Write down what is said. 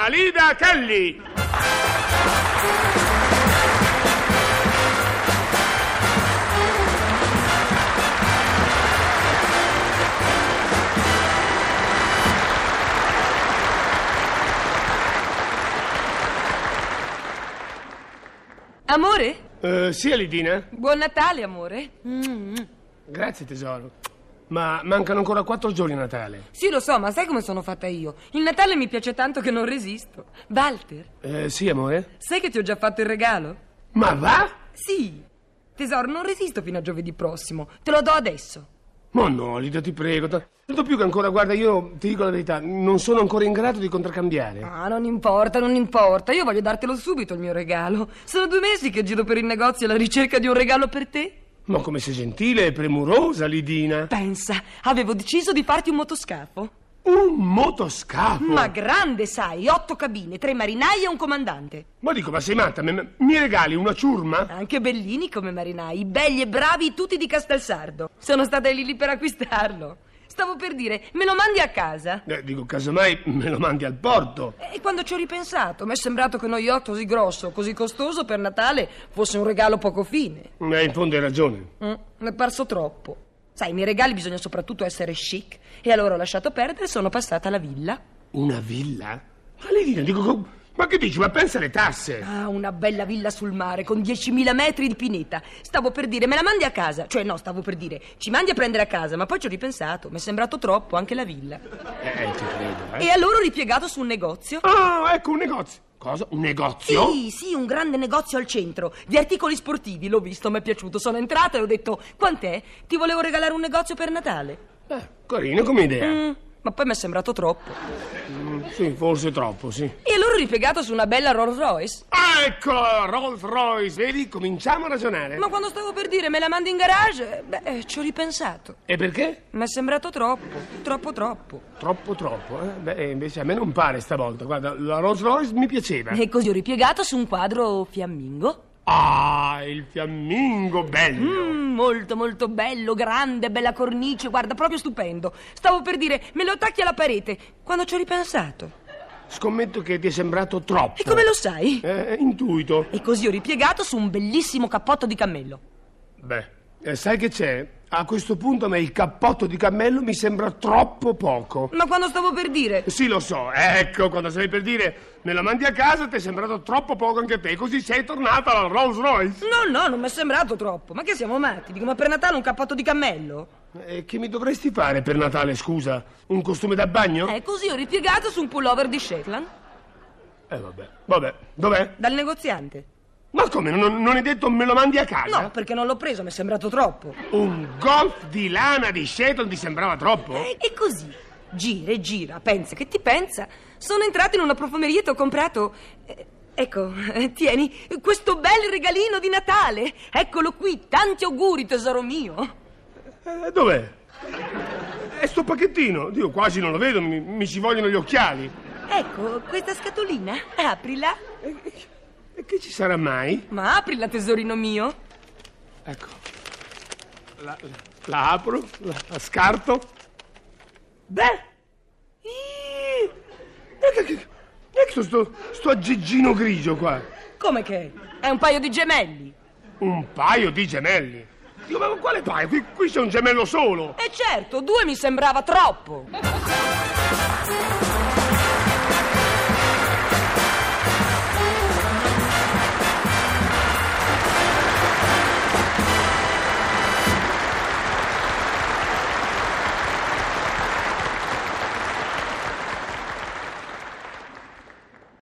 Alida Kelly. Amore? Sì, Alidina? Buon Natale, amore. Grazie, tesoro. Ma mancano ancora 4 giorni a Natale. Sì, lo so, ma sai come sono fatta io? Il Natale mi piace tanto che non resisto. Walter, Sì, amore? sai che ti ho già fatto il regalo? Ma va? Sì. Tesoro, non resisto fino a giovedì prossimo. Te lo do adesso. Ma no, Alida, ti prego. Tanto più che ancora, guarda, io ti dico la verità, non sono ancora in grado di contraccambiare. Ah, non importa, non importa. Io voglio dartelo subito il mio regalo. Sono 2 mesi che giro per il negozio alla ricerca di un regalo per te. Ma come sei gentile e premurosa, Lidina. Pensa, avevo deciso di farti un motoscafo. Un motoscafo? Ma grande, sai, 8 cabine, 3 marinai e un comandante. Ma dico, ma sei matta? Mi regali una ciurma? Anche bellini come marinai, belli e bravi tutti di Castelsardo. Sono stata lì per acquistarlo. Stavo per dire, me lo mandi a casa? Dico, casomai me lo mandi al porto. E quando ci ho ripensato, mi è sembrato che uno yacht così grosso, così costoso per Natale fosse un regalo poco fine. In fondo hai ragione. Mi è parso troppo. Sai, i miei regali bisogna soprattutto essere chic. E allora ho lasciato perdere e sono passata alla villa. Una villa? Ma Lidina, dico, ma che dici? Ma pensa alle tasse. Ah, una bella villa sul mare con 10.000 metri di pineta. Stavo per dire, me la mandi a casa. Cioè no, stavo per dire, ci mandi a prendere a casa. Ma poi ci ho ripensato, mi è sembrato troppo anche la villa. Ti credo, E allora ho ripiegato su un negozio. Ah, ecco, un negozio. Cosa? Un negozio? Sì, un grande negozio al centro di articoli sportivi. L'ho visto, mi è piaciuto. Sono entrata e ho detto, quant'è? Ti volevo regalare un negozio per Natale. Carino come idea. Ma poi mi è sembrato troppo. Sì, forse troppo, sì. E allora ho ripiegato su una bella Rolls Royce. Ah, ecco, Rolls Royce, vedi? Cominciamo a ragionare. Ma quando stavo per dire me la mandi in garage, ci ho ripensato. E perché? Mi è sembrato troppo. Troppo, invece a me non pare stavolta. Guarda, la Rolls Royce mi piaceva. E così ho ripiegato su un quadro fiammingo. Ah, il fiammingo, bello. Molto, molto bello, grande, bella cornice, guarda, proprio stupendo. Stavo per dire, me lo attacchi alla parete, quando ci ho ripensato. Scommetto che ti è sembrato troppo. E come lo sai? Intuito. E così ho ripiegato su un bellissimo cappotto di cammello. Sai che c'è? A questo punto a me il cappotto di cammello mi sembra troppo poco. Ma quando stavo per dire? Sì, lo so, ecco, quando stavi per dire me la mandi a casa ti è sembrato troppo poco anche a te, così sei tornata alla Rolls Royce. No, non mi è sembrato troppo. Ma che siamo matti? Dico, ma per Natale un cappotto di cammello? Che mi dovresti fare per Natale, scusa? Un costume da bagno? Così ho ripiegato su un pullover di Shetland. Vabbè, dov'è? Dal negoziante. Ma come, non hai detto me lo mandi a casa? No, perché non l'ho preso, mi è sembrato troppo. Un golf di lana di Shetland ti sembrava troppo? E così, gira e gira, pensa che ti pensa. Sono entrata in una profumeria e ti ho comprato... ecco, tieni, questo bel regalino di Natale. Eccolo qui, tanti auguri, tesoro mio. Dov'è? È sto pacchettino, Dio, quasi non lo vedo, mi ci vogliono gli occhiali. Ecco, questa scatolina, aprila. E che ci sarà mai? Ma aprila, tesorino mio. Ecco, la apro, la scarto. Ecco sto aggeggino grigio qua. Come che? È un paio di gemelli. Un paio di gemelli? Dio, ma quale paio? Qui c'è un gemello solo. Certo, 2 mi sembrava troppo.